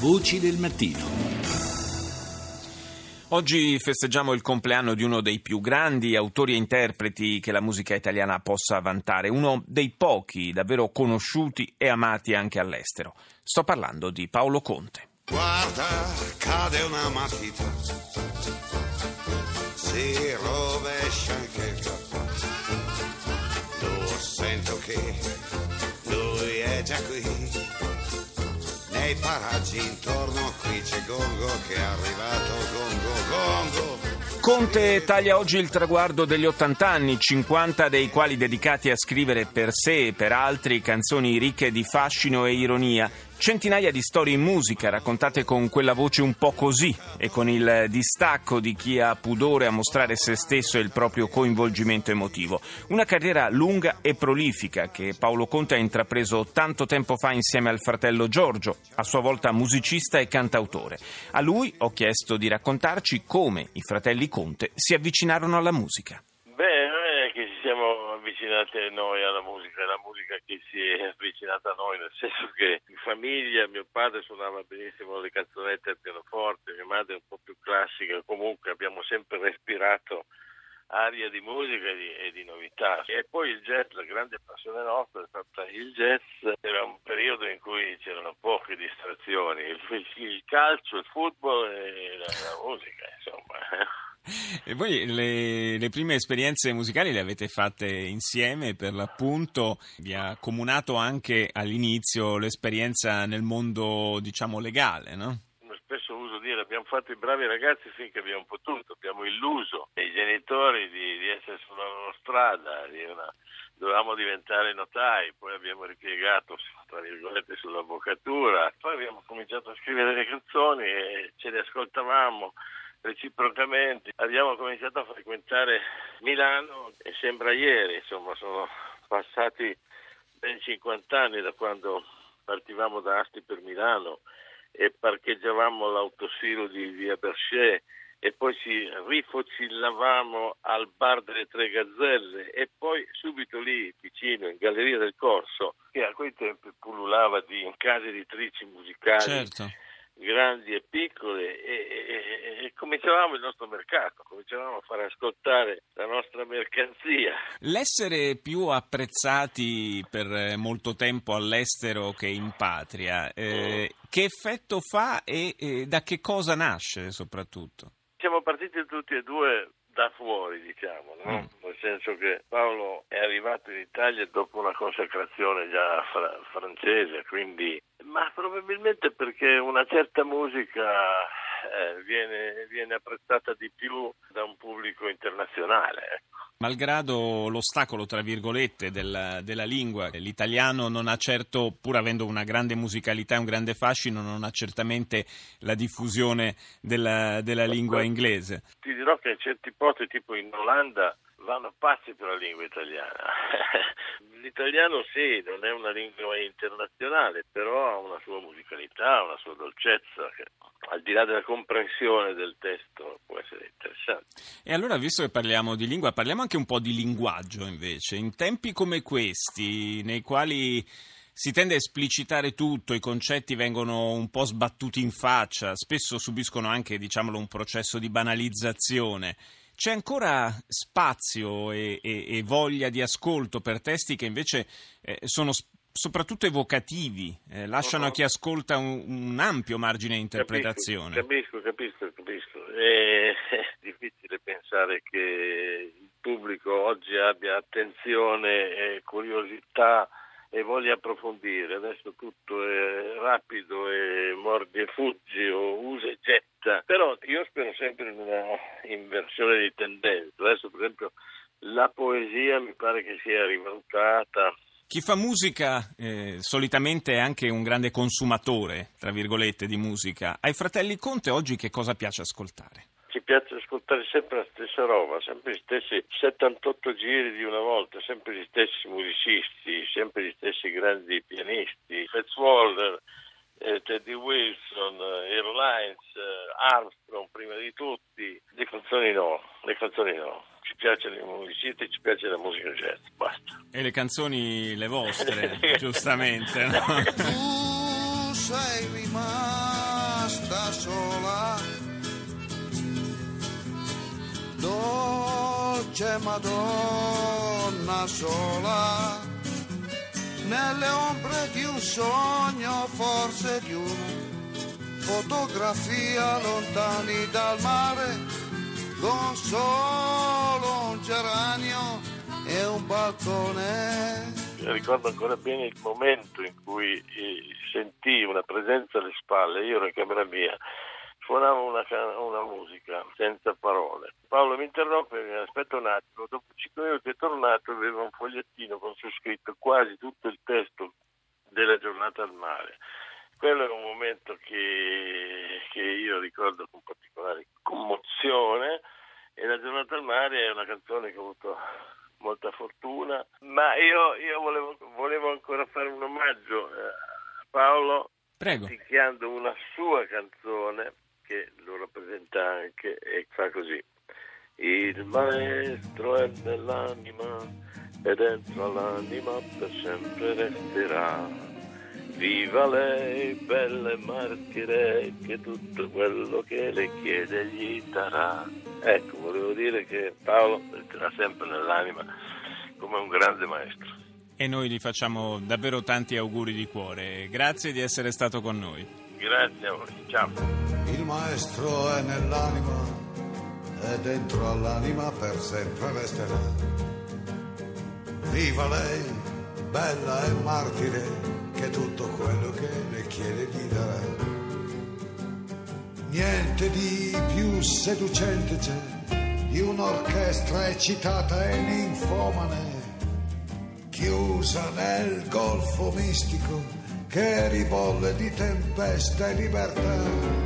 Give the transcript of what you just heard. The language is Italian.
Voci del mattino. Oggi festeggiamo il compleanno di uno dei più grandi autori e interpreti che la musica italiana possa vantare, uno dei pochi davvero conosciuti e amati anche all'estero. Sto parlando di Paolo Conte. Guarda, cade una matita, si rovescia anche il capo. Lo sento che lui è già qui. Nei paraggi intorno qui c'è Gongo che è arrivato, Gongo. Conte taglia oggi il traguardo degli 80 anni, 50 dei quali dedicati a scrivere per sé e per altri canzoni ricche di fascino e ironia. Centinaia di storie in musica raccontate con quella voce un po' così e con il distacco di chi ha pudore a mostrare se stesso e il proprio coinvolgimento emotivo. Una carriera lunga e prolifica che Paolo Conte ha intrapreso tanto tempo fa insieme al fratello Giorgio, a sua volta musicista e cantautore. A lui ho chiesto di raccontarci come i fratelli Conte si avvicinarono alla musica. Siamo avvicinati noi alla musica, è la musica che si è avvicinata a noi, nel senso che in famiglia mio padre suonava benissimo le canzonette al pianoforte, mia madre è un po' più classica, comunque abbiamo sempre respirato aria di musica e di novità. E poi il jazz, la grande passione nostra, il jazz era un periodo in cui c'erano poche distrazioni, il calcio, il football e la musica, insomma. E voi le prime esperienze musicali le avete fatte insieme, per l'appunto vi ha accomunato anche all'inizio l'esperienza nel mondo, diciamo, legale, no? Spesso uso dire, abbiamo fatto i bravi ragazzi finché abbiamo potuto, abbiamo illuso i genitori di essere sulla loro strada, dovevamo diventare notai, poi abbiamo ripiegato, tra virgolette, sull'avvocatura, poi abbiamo cominciato a scrivere le canzoni e ce le ascoltavamo reciprocamente. Abbiamo cominciato a frequentare Milano e sembra ieri, insomma, sono passati ben 50 anni da quando partivamo da Asti per Milano e parcheggiavamo l'autosilo di via Berchet e poi ci rifocillavamo al bar delle Tre Gazzelle e poi subito lì vicino in Galleria del Corso, che a quei tempi pullulava di case editrici musicali. Certo. Grandi e piccole e cominciavamo il nostro mercato, cominciavamo a fare ascoltare la nostra mercanzia. L'essere più apprezzati per molto tempo all'estero che in patria, che effetto fa e da che cosa nasce soprattutto? Siamo partiti tutti e due da fuori, diciamo, no? Nel senso che Paolo è arrivato in Italia dopo una consacrazione già francese, quindi, ma probabilmente perché una certa musica viene apprezzata di più da un pubblico internazionale, ecco. Malgrado l'ostacolo, tra virgolette, della lingua, l'italiano non ha certo, pur avendo una grande musicalità e un grande fascino, non ha certamente la diffusione della lingua inglese. Ti dirò che in certi posti, tipo in Olanda, vanno pazzi per la lingua italiana. L'italiano sì, non è una lingua internazionale, però ha una sua musicalità, una sua dolcezza che al di là della comprensione del testo può essere interessante. E allora, visto che parliamo di lingua, parliamo anche un po' di linguaggio invece. In tempi come questi, nei quali si tende a esplicitare tutto, i concetti vengono un po' sbattuti in faccia, spesso subiscono anche, diciamolo, un processo di banalizzazione. C'è ancora spazio e voglia di ascolto per testi che invece sono soprattutto evocativi, lasciano a chi ascolta un ampio margine di interpretazione. Capisco. È difficile pensare che il pubblico oggi abbia attenzione e curiosità e voglia approfondire. Adesso tutto è rapido e mordi e fuggi o usa e getta. Però io spero sempre in una inversione di tendenza. Adesso, per esempio, la poesia mi pare che sia rivalutata. Chi fa musica solitamente è anche un grande consumatore, tra virgolette, di musica. Ai fratelli Conte oggi che cosa piace ascoltare? Ci piace ascoltare sempre la stessa roba, sempre gli stessi 78 giri di una volta, sempre gli stessi musicisti, sempre gli stessi grandi pianisti, Fats Waller, Teddy Wilson, Earl Hines, Armstrong prima di tutti. Le canzoni no. Ci piacciono i musicisti, ci piace la musica jazz, basta. E le canzoni le vostre, giustamente, no? Tu sei rimasto dolce Madonna sola, nelle ombre di un sogno, forse di una fotografia, lontani dal mare, con solo un geranio e un balcone. Ricordo ancora bene il momento in cui sentii una presenza alle spalle. Io ero in camera mia, suonavo una musica senza parole. Paolo mi interrompe e mi aspetta un attimo. Dopo 5 minuti è tornato, aveva un fogliettino con su scritto quasi tutto il testo della giornata al mare. Quello è un momento che io ricordo con particolare commozione, e La giornata al mare è una canzone che ho avuto molta fortuna, ma io volevo ancora fare un omaggio a Paolo. Prego. Picchiando una sua canzone che lo rappresenta anche, e fa così: il maestro è nell'anima e dentro all'anima per sempre resterà. Viva lei, bella e martire, che tutto quello che le chiede gli darà. Ecco, volevo dire che Paolo resterà sempre nell'anima come un grande maestro. E noi gli facciamo davvero tanti auguri di cuore. Grazie di essere stato con noi. Grazie a voi, ciao. Il maestro è nell'anima e dentro all'anima per sempre resterà. Viva lei, bella e martire, che tutto quello che le chiede gli darà. Niente di più seducente c'è di un'orchestra eccitata e ninfomane, chiusa nel golfo mistico che ribolle di tempesta e libertà.